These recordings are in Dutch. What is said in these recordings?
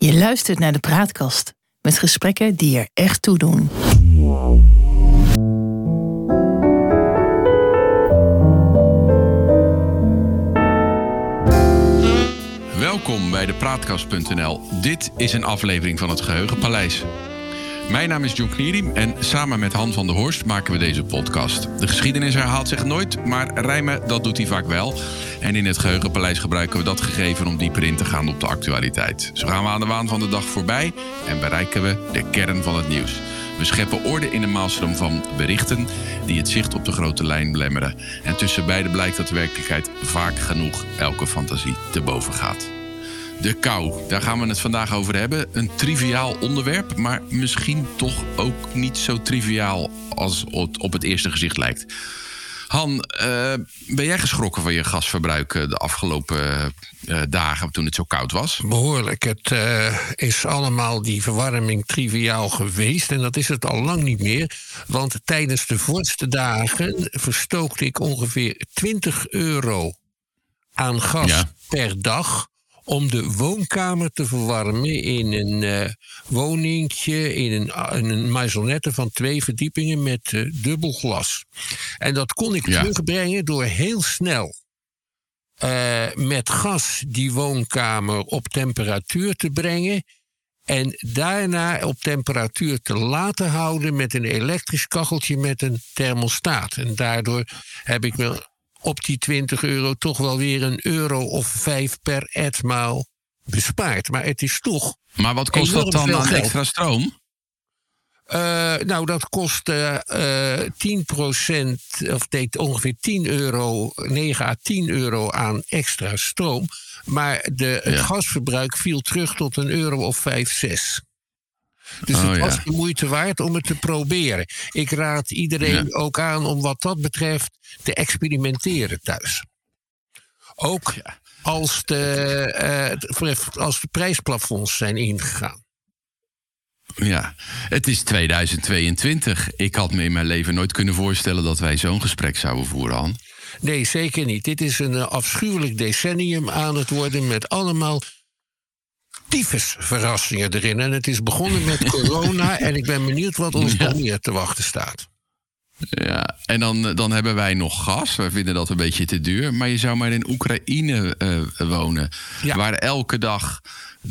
Je luistert naar de Praatkast met gesprekken die er echt toe doen. Welkom bij de Praatkast.nl. Dit is een aflevering van het Geheugenpaleis. Mijn naam is John Knieriem en samen met Han van der Horst maken we deze podcast. De geschiedenis herhaalt zich nooit, maar rijmen, dat doet hij vaak wel. En in het Geheugenpaleis gebruiken we dat gegeven om dieper in te gaan op de actualiteit. Zo gaan we aan de waan van de dag voorbij en bereiken we de kern van het nieuws. We scheppen orde in een maalstroom van berichten die het zicht op de grote lijn belemmeren. En tussen beide blijkt dat de werkelijkheid vaak genoeg elke fantasie te boven gaat. De kou, daar gaan we het vandaag over hebben. Een triviaal onderwerp, maar misschien toch ook niet zo triviaal als het op het eerste gezicht lijkt. Han, ben jij geschrokken van je gasverbruik de afgelopen dagen toen het zo koud was? Behoorlijk. Het is allemaal die verwarming triviaal geweest. En dat is het al lang niet meer. Want tijdens de vorste dagen verstookte ik ongeveer €20 aan gas per dag om de woonkamer te verwarmen in een woningje, in een maisonnette van 2 verdiepingen met dubbel glas. En dat kon ik terugbrengen door heel snel met gas die woonkamer op temperatuur te brengen en daarna op temperatuur te laten houden met een elektrisch kacheltje met een thermostaat. En daardoor heb ik wel op die €20 toch wel weer €1 of 5 per etmaal bespaard. Maar het is toch. Maar wat kost dat dan aan extra stroom? Dat kost 10%, of ongeveer €10, 9 à €10 aan extra stroom. Maar het gasverbruik viel terug tot €1 of 5, 6. Dus het was de moeite waard om het te proberen. Ik raad iedereen ook aan om wat dat betreft te experimenteren thuis. Ook als de prijsplafonds zijn ingegaan. Ja, het is 2022. Ik had me in mijn leven nooit kunnen voorstellen dat wij zo'n gesprek zouden voeren, Han. Nee, zeker niet. Dit is een afschuwelijk decennium aan het worden met allemaal tyfusverrassingen erin. En het is begonnen met corona en ik ben benieuwd wat ons nog meer te wachten staat. Ja, en dan hebben wij nog gas. Wij vinden dat een beetje te duur. Maar je zou maar in Oekraïne wonen. Ja. Waar elke dag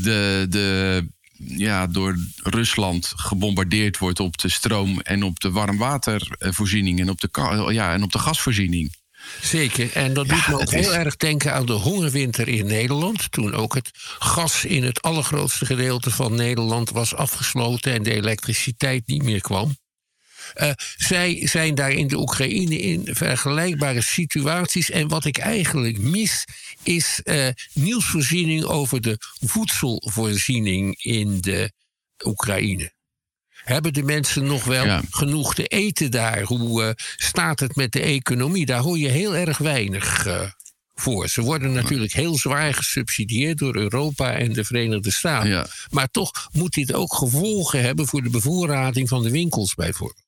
door Rusland gebombardeerd wordt op de stroom en op de warmwatervoorziening en op de gasvoorziening. Zeker, en dat doet me ook heel erg denken aan de hongerwinter in Nederland. Toen ook het gas in het allergrootste gedeelte van Nederland was afgesloten en de elektriciteit niet meer kwam. Zij zijn daar in de Oekraïne in vergelijkbare situaties. En wat ik eigenlijk mis is nieuwsvoorziening over de voedselvoorziening in de Oekraïne. Hebben de mensen nog wel genoeg te eten daar? Hoe staat het met de economie? Daar hoor je heel erg weinig voor. Ze worden natuurlijk heel zwaar gesubsidieerd door Europa en de Verenigde Staten. Ja. Maar toch moet dit ook gevolgen hebben voor de bevoorrading van de winkels bijvoorbeeld.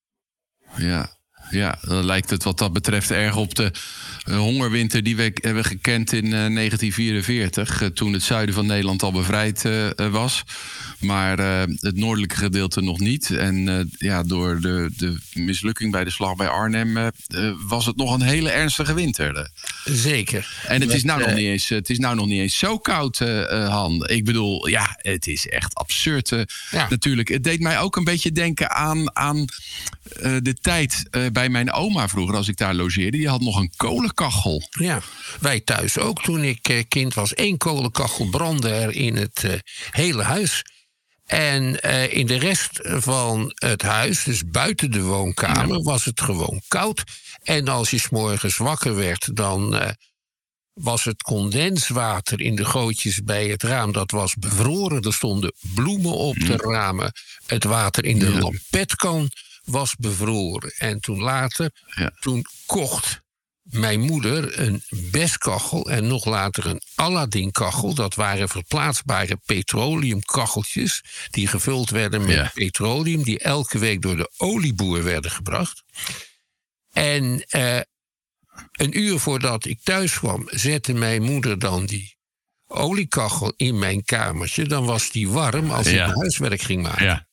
Ja, dan lijkt het wat dat betreft erg op de hongerwinter die we hebben gekend in 1944... toen het zuiden van Nederland al bevrijd was. Maar het noordelijke gedeelte nog niet. En door de mislukking bij de slag bij Arnhem was het nog een hele ernstige winter. Zeker. En het is nou nog niet eens zo koud, Han. Ik bedoel, het is echt absurd natuurlijk. Het deed mij ook een beetje denken aan de tijd bij mijn oma vroeger, als ik daar logeerde. Die had nog een kolenkachel. Ja, wij thuis ook. Toen ik kind was, 1 kolenkachel brandde er in het hele huis. En in de rest van het huis, dus buiten de woonkamer, was het gewoon koud. En als je 's morgens wakker werd, dan was het condenswater in de gootjes bij het raam, dat was bevroren. Er stonden bloemen op de ramen. Het water in de lampetkan was bevroren. En toen kocht mijn moeder een Beskachel en nog later een Aladdin-kachel. Dat waren verplaatsbare petroleumkacheltjes die gevuld werden met petroleum, die elke week door de olieboer werden gebracht. En een uur voordat ik thuis kwam, zette mijn moeder dan die oliekachel in mijn kamertje, dan was die warm als ik mijn huiswerk ging maken. Ja.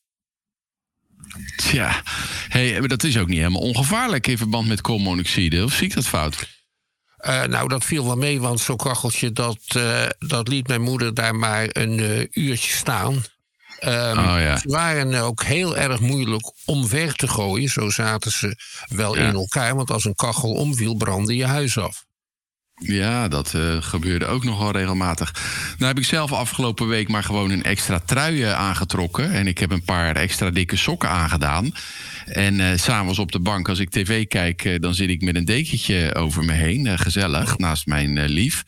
Tja, maar dat is ook niet helemaal ongevaarlijk in verband met koolmonoxide. Of zie ik dat fout? Nou, dat viel wel mee, want zo'n kacheltje, dat liet mijn moeder daar maar een uurtje staan. Ze waren ook heel erg moeilijk omver te gooien. Zo zaten ze wel in elkaar, want als een kachel omviel, brandde je huis af. Ja, dat gebeurde ook nogal regelmatig. Nou heb ik zelf afgelopen week maar gewoon een extra trui aangetrokken. En ik heb een paar extra dikke sokken aangedaan. En 's avonds op de bank, als ik tv kijk, dan zit ik met een dekentje over me heen. Gezellig, naast mijn lief.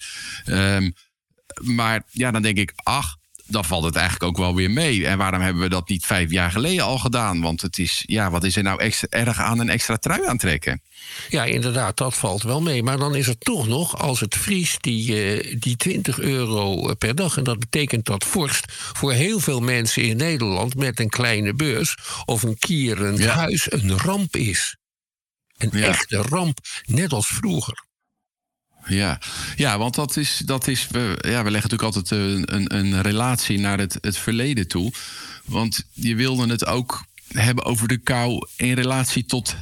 Maar ja, dan denk ik, dan valt het eigenlijk ook wel weer mee. En waarom hebben we dat niet 5 jaar geleden al gedaan? Want het is, wat is er nou erg aan een extra trui aantrekken? Ja, inderdaad, dat valt wel mee. Maar dan is het toch nog, als het vriest, die €20 per dag. En dat betekent dat vorst voor heel veel mensen in Nederland met een kleine beurs of een kierend huis een ramp is. Een echte ramp, net als vroeger. Ja, want dat is we leggen natuurlijk altijd een relatie naar het verleden toe. Want je wilde het ook hebben over de kou in relatie tot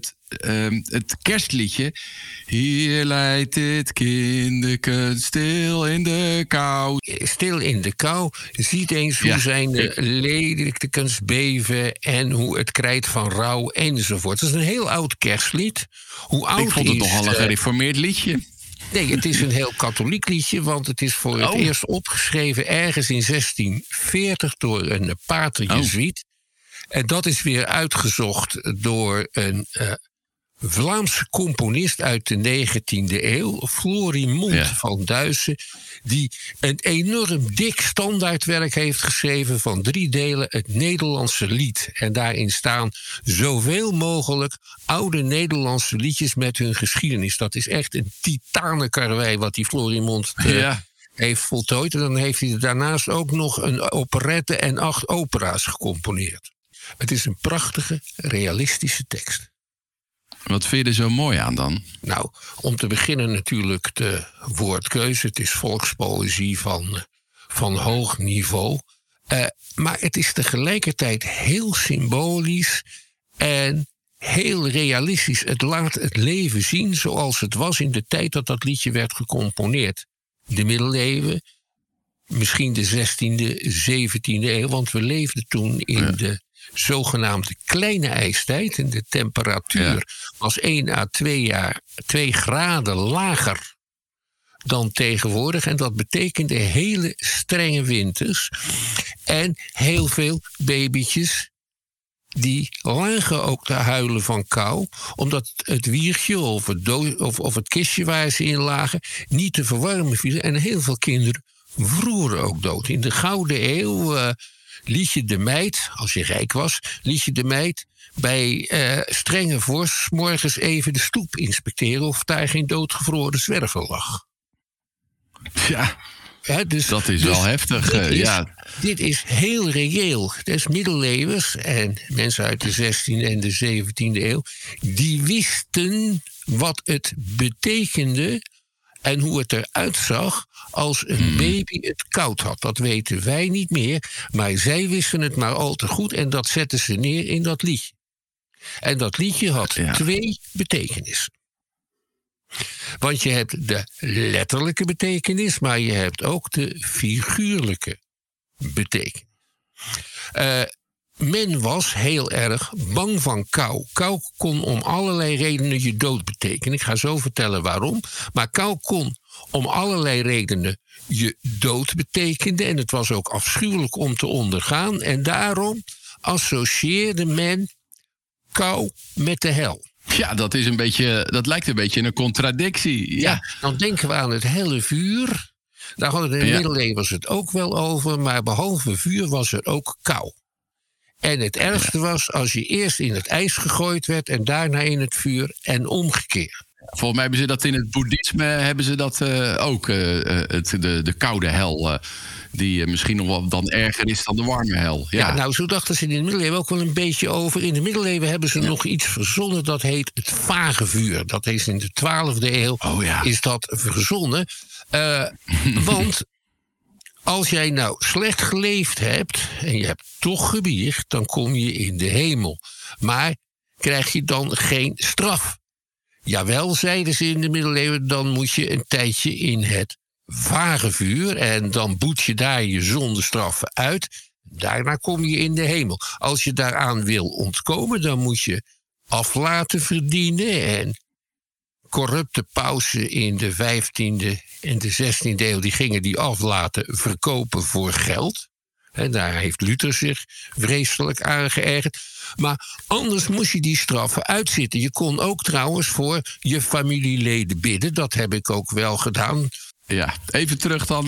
het kerstliedje. Hier leidt het kinderken stil in de kou. Stil in de kou. Ziet eens hoe zijn de ledikens beven en hoe het krijt van rouw enzovoort. Dat is een heel oud kerstlied. Hoe oud ik vond het nogal een gereformeerd liedje. Nee, het is een heel katholiek liedje, want het is voor het eerst opgeschreven ergens in 1640 door een pater Jezuïet. En dat is weer uitgezocht door een Vlaamse componist uit de 19e eeuw, Florimond van Duyssen, die een enorm dik standaardwerk heeft geschreven van 3 delen, het Nederlandse lied. En daarin staan zoveel mogelijk oude Nederlandse liedjes met hun geschiedenis. Dat is echt een titanenkarwei wat die Florimond heeft voltooid. En dan heeft hij daarnaast ook nog een operette en 8 opera's gecomponeerd. Het is een prachtige, realistische tekst. Wat vind je er zo mooi aan dan? Nou, om te beginnen natuurlijk de woordkeuze. Het is volkspoëzie van hoog niveau. Maar het is tegelijkertijd heel symbolisch en heel realistisch. Het laat het leven zien zoals het was in de tijd dat dat liedje werd gecomponeerd. De middeleeuwen, misschien de 16e, 17e eeuw. Want we leefden toen in de zogenaamde kleine ijstijd. En de temperatuur was 1 à 2 graden lager dan tegenwoordig. En dat betekende hele strenge winters. En heel veel babytjes die lagen ook te huilen van kou, omdat het wiegje of het kistje waar ze in lagen niet te verwarmen viel. En heel veel kinderen vroegen ook dood. In de Gouden Eeuw liet je de meid, als je rijk was, liet je de meid bij strenge vorst 's morgens even de stoep inspecteren of daar geen doodgevroren zwerver lag. Ja, dat is wel heftig. Dit is heel reëel. Des middeleeuwers en mensen uit de 16e en de 17e eeuw, die wisten wat het betekende en hoe het eruit zag als een baby het koud had. Dat weten wij niet meer, maar zij wisten het maar al te goed en dat zetten ze neer in dat liedje. En dat liedje had 2 betekenissen. Want je hebt de letterlijke betekenis, maar je hebt ook de figuurlijke betekenis. Men was heel erg bang van kou. Kou kon om allerlei redenen je dood betekenen. Ik ga zo vertellen waarom. Maar kou kon om allerlei redenen je dood betekenen. En het was ook afschuwelijk om te ondergaan. En daarom associeerde men kou met de hel. Ja, dat lijkt een beetje een contradictie. Ja, dan denken we aan het helle vuur. Daar hadden de middeleeuwers het ook wel over. Maar behalve vuur was er ook kou. En het ergste was als je eerst in het ijs gegooid werd en daarna in het vuur en omgekeerd. Volgens mij hebben ze dat in het boeddhisme ook. De koude hel, die misschien nog wel dan erger is dan de warme hel. Ja, nou, zo dachten ze in de middeleeuwen ook wel een beetje over. In de middeleeuwen hebben ze nog iets verzonnen, dat heet het vagevuur. Dat is in de 12e eeuw is dat verzonnen. Want Als jij nou slecht geleefd hebt en je hebt toch gebiecht, dan kom je in de hemel. Maar krijg je dan geen straf? Jawel, zeiden ze in de middeleeuwen, dan moet je een tijdje in het vagevuur en dan boet je daar je zondestraffen uit. Daarna kom je in de hemel. Als je daaraan wil ontkomen, dan moet je aflaten verdienen. En corrupte pausen in de 15e en de 16e eeuw, die gingen die aflaten verkopen voor geld. En daar heeft Luther zich vreselijk aan geërgerd. Maar anders moest je die straffen uitzitten. Je kon ook trouwens voor je familieleden bidden. Dat heb ik ook wel gedaan. Ja, even terug dan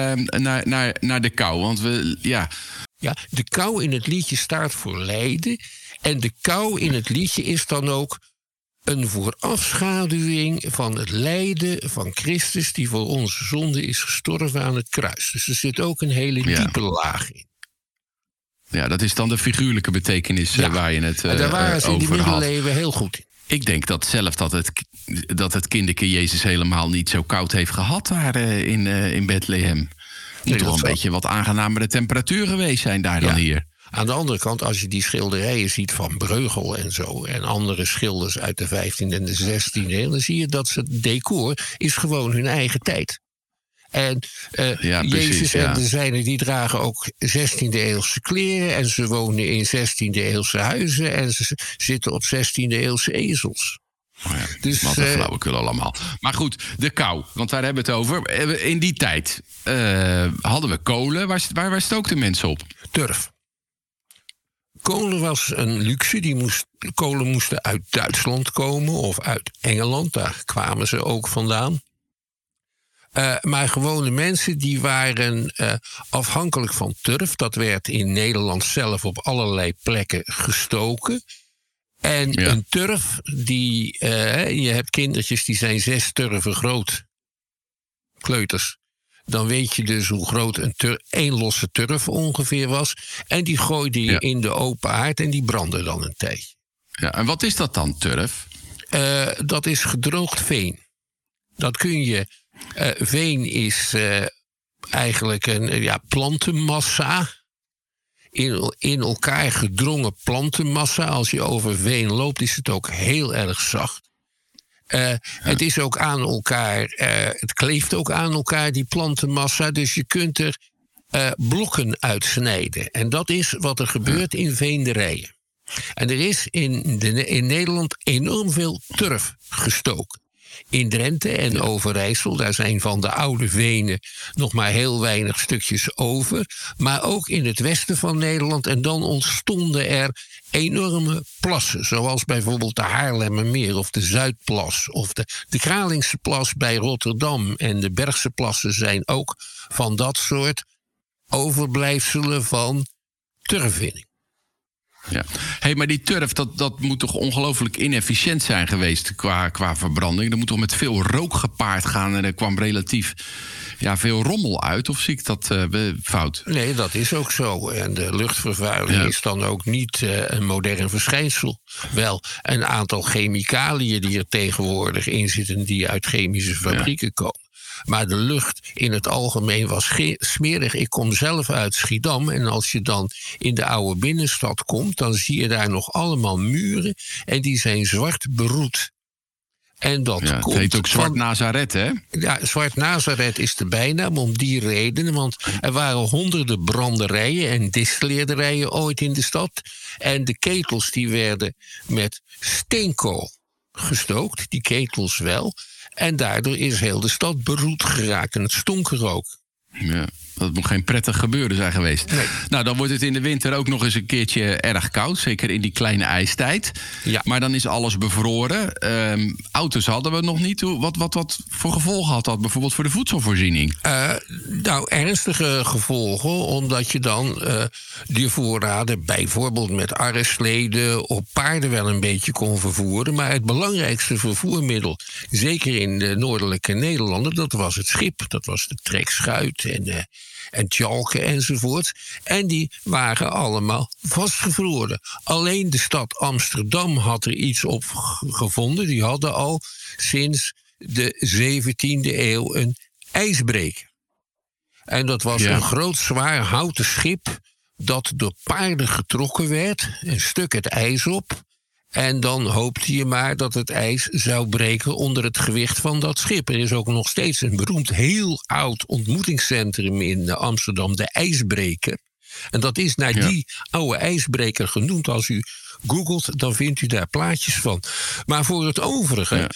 naar de kou. Want Ja, de kou in het liedje staat voor lijden. En de kou in het liedje is dan ook een voorafschaduwing van het lijden van Christus die voor onze zonde is gestorven aan het kruis. Dus er zit ook een hele diepe laag in. Ja, dat is dan de figuurlijke betekenis waar je het over had. Daar waren ze in de middeleeuwen heel goed in. Ik denk dat zelf dat het kinderke Jezus helemaal niet zo koud heeft gehad daar in Bethlehem. Het moet toch een beetje wat aangenamere temperatuur geweest zijn daar dan hier. Aan de andere kant, als je die schilderijen ziet van Breugel en zo, en andere schilders uit de 15e en de 16e eeuw, dan zie je dat het decor is gewoon hun eigen tijd. En Jezus en de zijnen die dragen ook 16e-eeuwse kleren en ze wonen in 16e-eeuwse huizen en ze zitten op 16e-eeuwse ezels. Oh ja, dus wat een flauwekul allemaal. Maar goed, de kou, want daar hebben we het over. In die tijd hadden we kolen. Waar stookten mensen op? Turf. Kolen was een luxe. Kolen moesten uit Duitsland komen of uit Engeland. Daar kwamen ze ook vandaan. Maar gewone mensen die waren afhankelijk van turf. Dat werd in Nederland zelf op allerlei plekken gestoken. En een turf, je hebt kindertjes die zijn 6 turven groot. Kleuters. Dan weet je dus hoe groot één losse turf ongeveer was. En die gooide je in de open haard en die brandde dan een tijdje. Ja, en wat is dat dan, turf? Dat is gedroogd veen. Dat kun je... veen is eigenlijk een plantenmassa. In elkaar gedrongen plantenmassa. Als je over veen loopt, is het ook heel erg zacht. Het is ook aan elkaar, het kleeft ook aan elkaar, die plantenmassa. Dus je kunt er blokken uitsnijden. En dat is wat er gebeurt in veenderijen. En er is in Nederland enorm veel turf gestoken. In Drenthe en Overijssel, daar zijn van de oude venen nog maar heel weinig stukjes over. Maar ook in het westen van Nederland. En dan ontstonden er enorme plassen. Zoals bijvoorbeeld de Haarlemmermeer of de Zuidplas. Of de Kralingse plas bij Rotterdam. En de Bergse plassen zijn ook van dat soort overblijfselen van turfwinning. Ja. Hey, maar die turf, dat moet toch ongelooflijk inefficiënt zijn geweest qua verbranding? Er moet toch met veel rook gepaard gaan en er kwam relatief veel rommel uit? Of zie ik dat fout? Nee, dat is ook zo. En de luchtvervuiling is dan ook niet een modern verschijnsel. Wel een aantal chemicaliën die er tegenwoordig in zitten die uit chemische fabrieken komen. Maar de lucht in het algemeen was smerig. Ik kom zelf uit Schiedam. En als je dan in de oude binnenstad komt, dan zie je daar nog allemaal muren. En die zijn zwart beroet. En dat komt. Het heet ook Zwart Nazareth, hè? Ja, Zwart Nazareth is de bijnaam om die reden. Want er waren honderden branderijen en distilleerderijen ooit in de stad. En de ketels die werden met steenkool gestookt. Die ketels wel. En daardoor is heel de stad beroerd geraakt en het stonk er ook. Ja, dat moet geen prettig gebeuren zijn geweest. Nee. Nou, dan wordt het in de winter ook nog eens een keertje erg koud. Zeker in die kleine ijstijd. Ja. Maar dan is alles bevroren. Auto's hadden we nog niet. Wat voor gevolgen had dat bijvoorbeeld voor de voedselvoorziening? Ernstige gevolgen. Omdat je dan die voorraden bijvoorbeeld met arresleden op paarden wel een beetje kon vervoeren. Maar het belangrijkste vervoermiddel, zeker in de noordelijke Nederlanden, dat was het schip. Dat was de trekschuit en tjalken enzovoort. En die waren allemaal vastgevroren. Alleen de stad Amsterdam had er iets op gevonden. Die hadden al sinds de 17e eeuw een ijsbreker. En dat was een groot, zwaar houten schip dat door paarden getrokken werd. Een stuk het ijs op. En dan hoopte je maar dat het ijs zou breken onder het gewicht van dat schip. Er is ook nog steeds een beroemd, heel oud ontmoetingscentrum in Amsterdam, de IJsbreker. En dat is naar die oude ijsbreker genoemd. Als u googelt, dan vindt u daar plaatjes van. Maar voor het overige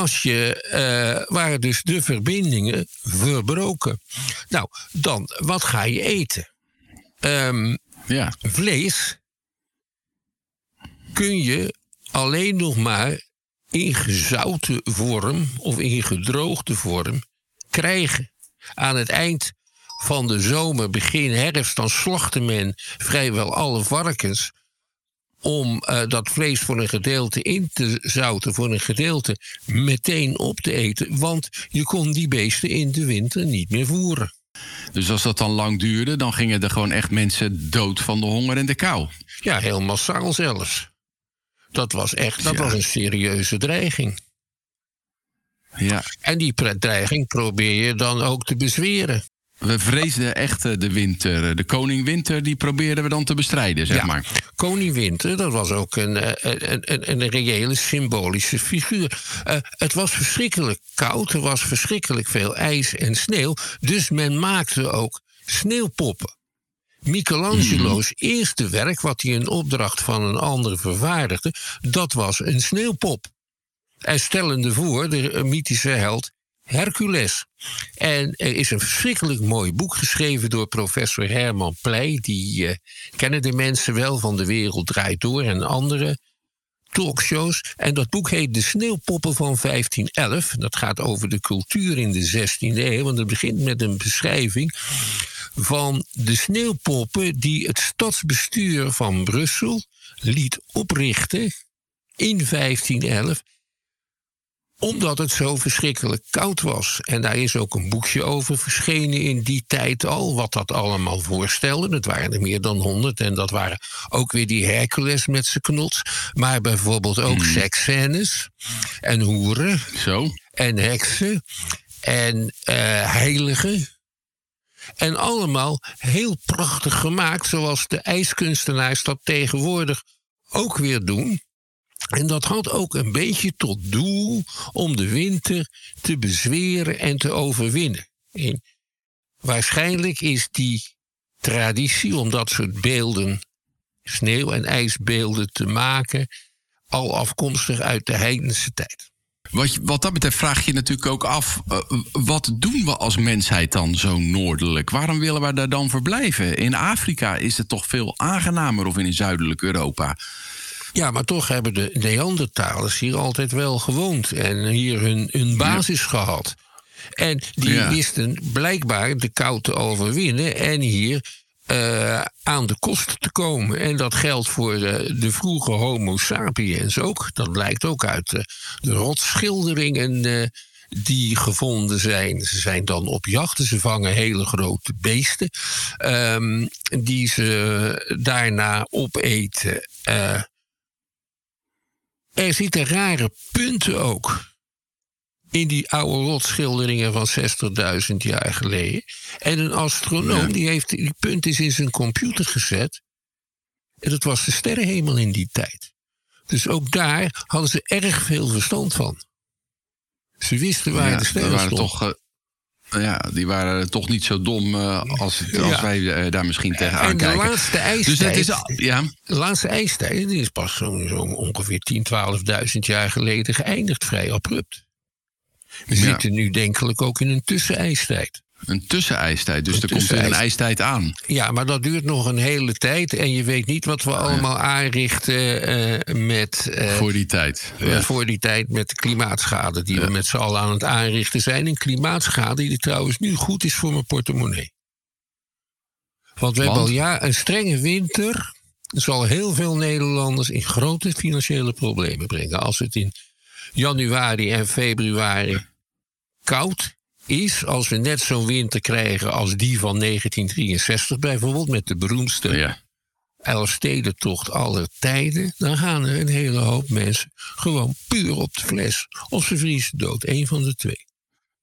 waren dus de verbindingen verbroken. Nou, dan, wat ga je eten? Vlees kun je alleen nog maar in gezouten vorm of in gedroogde vorm krijgen. Aan het eind van de zomer, begin herfst, dan slachtte men vrijwel alle varkens om dat vlees voor een gedeelte in te zouten, voor een gedeelte meteen op te eten. Want je kon die beesten in de winter niet meer voeren. Dus als dat dan lang duurde, dan gingen er gewoon echt mensen dood van de honger en de kou. Ja, heel massaal zelfs. Dat was een serieuze dreiging. Ja. En die dreiging probeer je dan ook te bezweren. We vreesden echt de winter. De koning winter, die probeerden we dan te bestrijden, zeg maar. Koning winter, dat was ook een reële symbolische figuur. Het was verschrikkelijk koud, er was verschrikkelijk veel ijs en sneeuw. Dus men maakte ook sneeuwpoppen. Michelangelo's eerste werk, wat hij in opdracht van een ander vervaardigde, dat was een sneeuwpop. En stellende voor de mythische held Hercules. En er is een verschrikkelijk mooi boek geschreven door professor Herman Pleij. Die kennen de mensen wel van De Wereld Draait Door en andere talkshows. En dat boek heet De Sneeuwpoppen van 1511. Dat gaat over de cultuur in de 16e eeuw. Want het begint met een beschrijving van de sneeuwpoppen die het stadsbestuur van Brussel liet oprichten in 1511... omdat het zo verschrikkelijk koud was. En daar is ook een boekje over verschenen in die tijd al, wat dat allemaal voorstelde. Het waren er meer dan 100 en dat waren ook weer die Hercules met zijn knots. Maar bijvoorbeeld ook seksscènes en hoeren en heksen en heiligen. En allemaal heel prachtig gemaakt, zoals de ijskunstenaars dat tegenwoordig ook weer doen. En dat had ook een beetje tot doel om de winter te bezweren en te overwinnen. En waarschijnlijk is die traditie om dat soort beelden, sneeuw- en ijsbeelden te maken, al afkomstig uit de heidense tijd. Wat dat betreft vraag je natuurlijk ook af, wat doen we als mensheid dan zo noordelijk? Waarom willen we daar dan verblijven? In Afrika is het toch veel aangenamer, of in zuidelijk Europa? Ja, maar toch hebben de Neandertalers hier altijd wel gewoond en hier hun basis gehad. En die wisten blijkbaar de kou te overwinnen en hier aan de kost te komen. En dat geldt voor de vroege Homo sapiens ook. Dat blijkt ook uit de rotsschilderingen die gevonden zijn. Ze zijn dan op jacht, ze vangen hele grote beesten die ze daarna opeten. Er zitten rare punten ook in die oude rotschilderingen van 60.000 jaar geleden. En een astronoom die punt is in zijn computer gezet. En dat was de sterrenhemel in die tijd. Dus ook daar hadden ze erg veel verstand van. Ze wisten waar de sterren stonden. Die waren toch niet zo dom als wij daar misschien tegenaan kijken. En de laatste ijstijd, dus dat is, de laatste ijstijd die is pas zo ongeveer 10.000, 12.000 jaar geleden geëindigd, vrij abrupt. We zitten nu denkelijk ook in een tussenijstijd. Een tussenijstijd, dus er komt weer een ijstijd aan. Ja, maar dat duurt nog een hele tijd. En je weet niet wat we allemaal aanrichten met... voor die tijd. Voor die tijd met de klimaatschade die we met z'n allen aan het aanrichten zijn. Een klimaatschade die trouwens nu goed is voor mijn portemonnee. Want we hebben al een strenge winter zal heel veel Nederlanders in grote financiële problemen brengen. Als het in januari en februari koud is, als we net zo'n winter krijgen als die van 1963 bijvoorbeeld, met de beroemdste Elfstedentocht aller tijden, dan gaan er een hele hoop mensen gewoon puur op de fles. Of ze vriezen dood, één van de twee.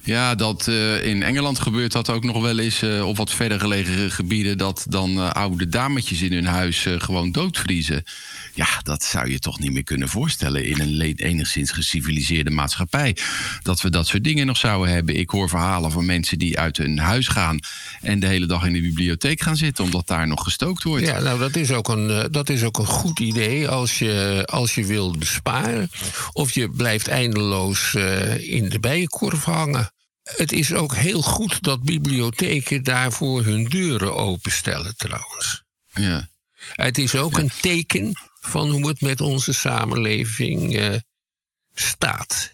Ja, dat in Engeland gebeurt dat ook nog wel eens op wat verder gelegen gebieden, dat dan oude dametjes in hun huis gewoon doodvriezen. Ja, dat zou je toch niet meer kunnen voorstellen in een enigszins geciviliseerde maatschappij. Dat we dat soort dingen nog zouden hebben. Ik hoor verhalen van mensen die uit hun huis gaan en de hele dag in de bibliotheek gaan zitten, omdat daar nog gestookt wordt. Ja, nou, dat is ook een goed idee als je wilt besparen. Of je blijft eindeloos in de bijenkorf hangen. Het is ook heel goed dat bibliotheken daarvoor hun deuren openstellen, trouwens. Ja. Het is ook een teken van hoe het met onze samenleving staat.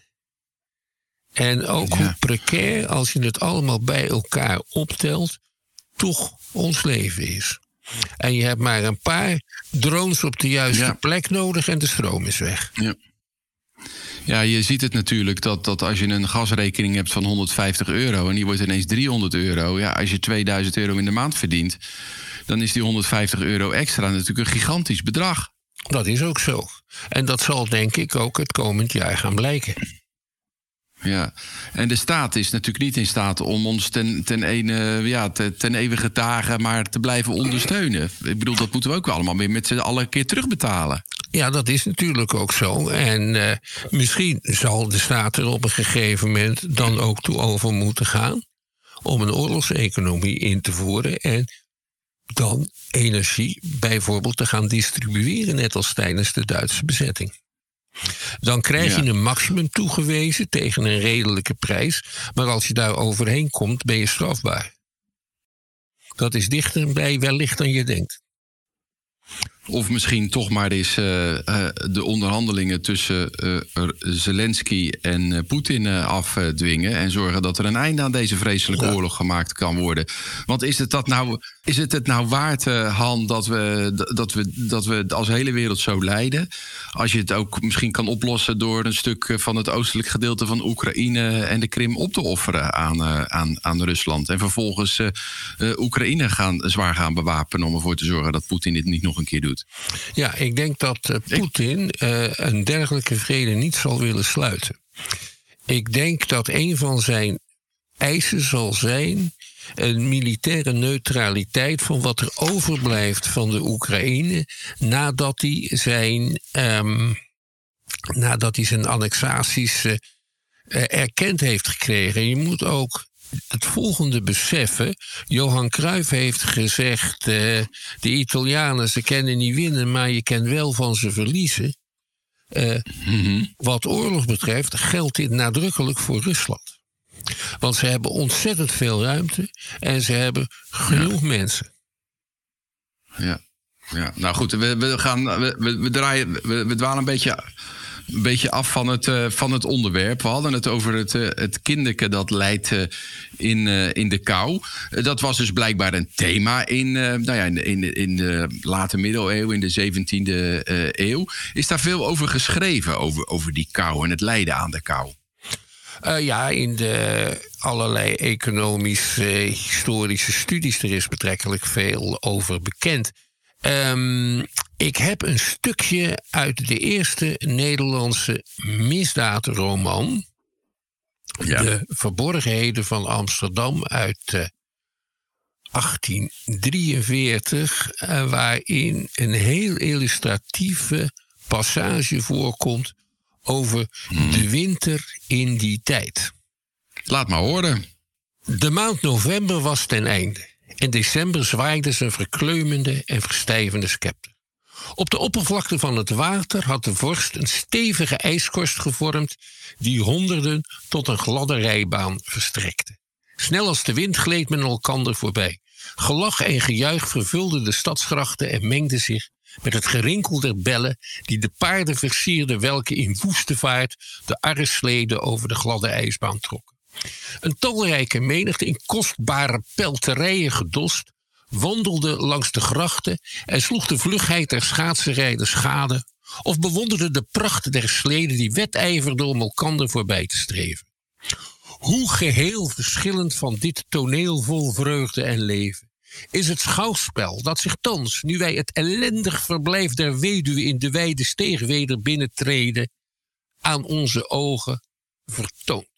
En ook hoe precair, als je het allemaal bij elkaar optelt, toch ons leven is. En je hebt maar een paar drones op de juiste plek nodig en de stroom is weg. Ja. Ja, je ziet het natuurlijk dat als je een gasrekening hebt van €150 en die wordt ineens €300. Ja, als je €2000 in de maand verdient, dan is die €150 extra natuurlijk een gigantisch bedrag. Dat is ook zo. En dat zal denk ik ook het komend jaar gaan blijken. Ja, en de staat is natuurlijk niet in staat om ons ten eeuwige dagen maar te blijven ondersteunen. Ik bedoel, dat moeten we ook allemaal weer met z'n allen een keer terugbetalen. Ja, dat is natuurlijk ook zo. En misschien zal de staat er op een gegeven moment dan ook toe over moeten gaan om een oorlogseconomie in te voeren en dan energie bijvoorbeeld te gaan distribueren, net als tijdens de Duitse bezetting. Dan krijg je een maximum toegewezen tegen een redelijke prijs, maar als je daar overheen komt, ben je strafbaar. Dat is dichterbij wellicht dan je denkt. Of misschien toch maar eens de onderhandelingen tussen Zelensky en Poetin afdwingen en zorgen dat er een einde aan deze vreselijke oorlog gemaakt kan worden. Want is het het nou waard, Han, dat we als hele wereld zo lijden? Als je het ook misschien kan oplossen door een stuk van het oostelijk gedeelte van Oekraïne en de Krim op te offeren aan Rusland. En vervolgens Oekraïne zwaar gaan bewapenen om ervoor te zorgen dat Poetin dit niet nog een keer doet. Ja, ik denk dat Poetin een dergelijke vrede niet zal willen sluiten. Ik denk dat een van zijn eisen zal zijn een militaire neutraliteit van wat er overblijft van de Oekraïne nadat hij zijn annexaties erkend heeft gekregen. Je moet ook het volgende beseffen. Johan Cruijff heeft gezegd, de Italianen, ze kennen niet winnen, maar je kent wel van ze verliezen. Wat oorlog betreft geldt dit nadrukkelijk voor Rusland. Want ze hebben ontzettend veel ruimte en ze hebben genoeg mensen. Ja, nou goed, we dwalen een beetje af van het onderwerp. We hadden het over het kinderke dat lijdt in de kou. Dat was dus blijkbaar een thema in de late middeleeuwen, in de 17e eeuw. Is daar veel over geschreven, over die kou en het lijden aan de kou? In de allerlei economische, historische studies, er is betrekkelijk veel over bekend. Ik heb een stukje uit de eerste Nederlandse misdaadroman, De Verborgenheden van Amsterdam uit 1843... waarin een heel illustratieve passage voorkomt over de winter in die tijd. Laat maar horen. De maand november was ten einde. In december zwaaide zijn verkleumende en verstijvende scepter. Op de oppervlakte van het water had de vorst een stevige ijskorst gevormd die honderden tot een gladde rijbaan verstrekte. Snel als de wind gleed men elkander voorbij. Gelach en gejuich vervulden de stadsgrachten en mengde zich met het gerinkel der bellen die de paarden versierden welke in woeste vaart de arresleden over de gladde ijsbaan trokken. Een talrijke menigte in kostbare pelterijen gedost wandelde langs de grachten en sloeg de vlugheid der schaatsenrijders gade of bewonderde de pracht der sleden die wedijverden om elkander voorbij te streven. Hoe geheel verschillend van dit toneel vol vreugde en leven is het schouwspel dat zich thans, nu wij het ellendig verblijf der weduwe in de wijde steeg weder binnentreden, aan onze ogen vertoont.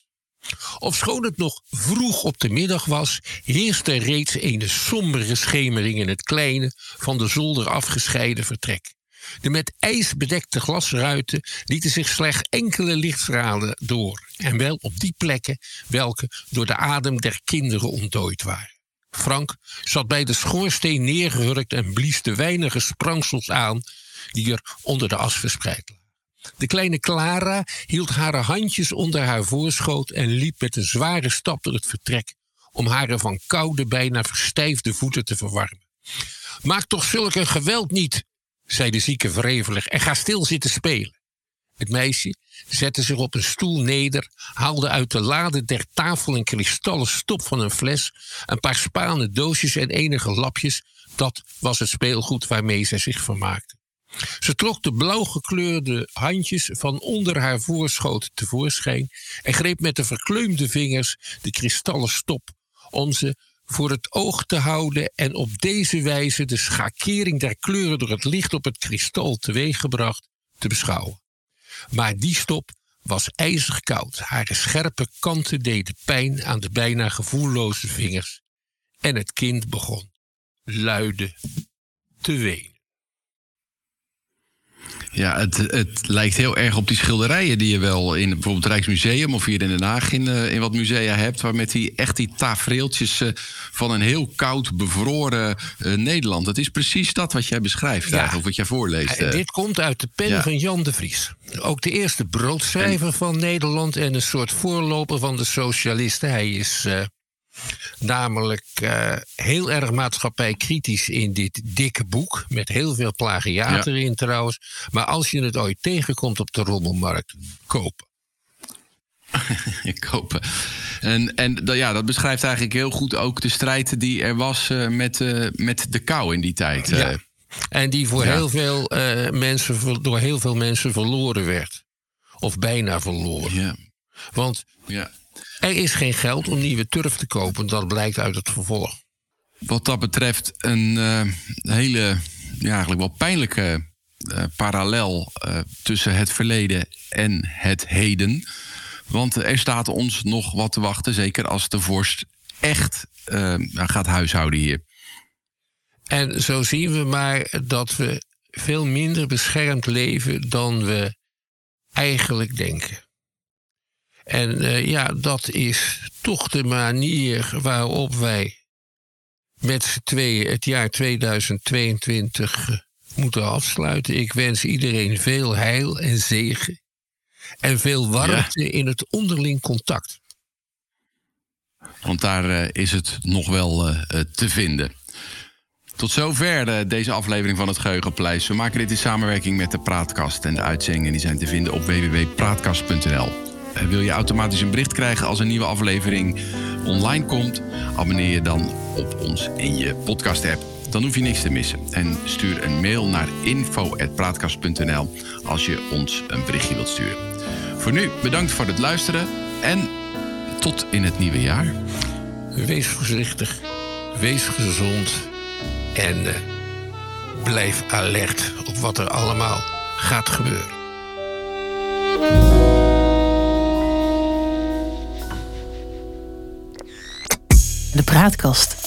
Ofschoon het nog vroeg op de middag was, heerste er reeds een sombere schemering in het kleine, van de zolder afgescheiden vertrek. De met ijs bedekte glasruiten lieten zich slechts enkele lichtstralen door, en wel op die plekken welke door de adem der kinderen ontdooid waren. Frank zat bij de schoorsteen neergehurkt en blies de weinige sprangsels aan die er onder de as verspreid lagen. De kleine Clara hield haar handjes onder haar voorschoot en liep met een zware stap door het vertrek om haar van koude, bijna verstijfde voeten te verwarmen. "Maak toch zulk een geweld niet," zei de zieke wrevelig, "en ga stil zitten spelen." Het meisje zette zich op een stoel neder, haalde uit de lade der tafel een kristallen stop van een fles, een paar spanen doosjes en enige lapjes. Dat was het speelgoed waarmee zij zich vermaakte. Ze trok de blauw gekleurde handjes van onder haar voorschoot tevoorschijn en greep met de verkleumde vingers de kristallen stop om ze voor het oog te houden en op deze wijze de schakering der kleuren door het licht op het kristal teweeggebracht te beschouwen. Maar die stop was ijzig koud. Haar scherpe kanten deden pijn aan de bijna gevoelloze vingers. En het kind begon luide te wenen. Ja, het lijkt heel erg op die schilderijen die je wel in bijvoorbeeld het Rijksmuseum of hier in Den Haag in wat musea hebt, waar met die tafereeltjes van een heel koud, bevroren Nederland. Het is precies dat wat jij beschrijft, eigenlijk, of wat jij voorleest. Dit komt uit de pen van Jan de Vries. Ook de eerste broodschrijver van Nederland en een soort voorloper van de socialisten. Hij is namelijk heel erg maatschappijkritisch in dit dikke boek, met heel veel plagiaat erin trouwens. Maar als je het ooit tegenkomt op de rommelmarkt, kopen. Kopen. En dat beschrijft eigenlijk heel goed ook de strijd die er was met de kou in die tijd. Ja. En die voor heel veel door heel veel mensen verloren werd. Of bijna verloren. Ja. Want er is geen geld om nieuwe turf te kopen, dat blijkt uit het vervolg. Wat dat betreft een hele, eigenlijk wel pijnlijke parallel tussen het verleden en het heden. Want er staat ons nog wat te wachten, zeker als de vorst echt gaat huishouden hier. En zo zien we maar dat we veel minder beschermd leven dan we eigenlijk denken. En dat is toch de manier waarop wij met z'n tweeën het jaar 2022 moeten afsluiten. Ik wens iedereen veel heil en zegen en veel warmte in het onderling contact. Want daar is het nog wel te vinden. Tot zover deze aflevering van het Geheugenpaleis. We maken dit in samenwerking met de Praatkast. En de uitzendingen die zijn te vinden op www.praatkast.nl. Wil je automatisch een bericht krijgen als een nieuwe aflevering online komt? Abonneer je dan op ons in je podcast-app. Dan hoef je niks te missen. En stuur een mail naar info@praatkast.nl als je ons een berichtje wilt sturen. Voor nu, bedankt voor het luisteren en tot in het nieuwe jaar. Wees voorzichtig, wees gezond en blijf alert op wat er allemaal gaat gebeuren. De Praatkast.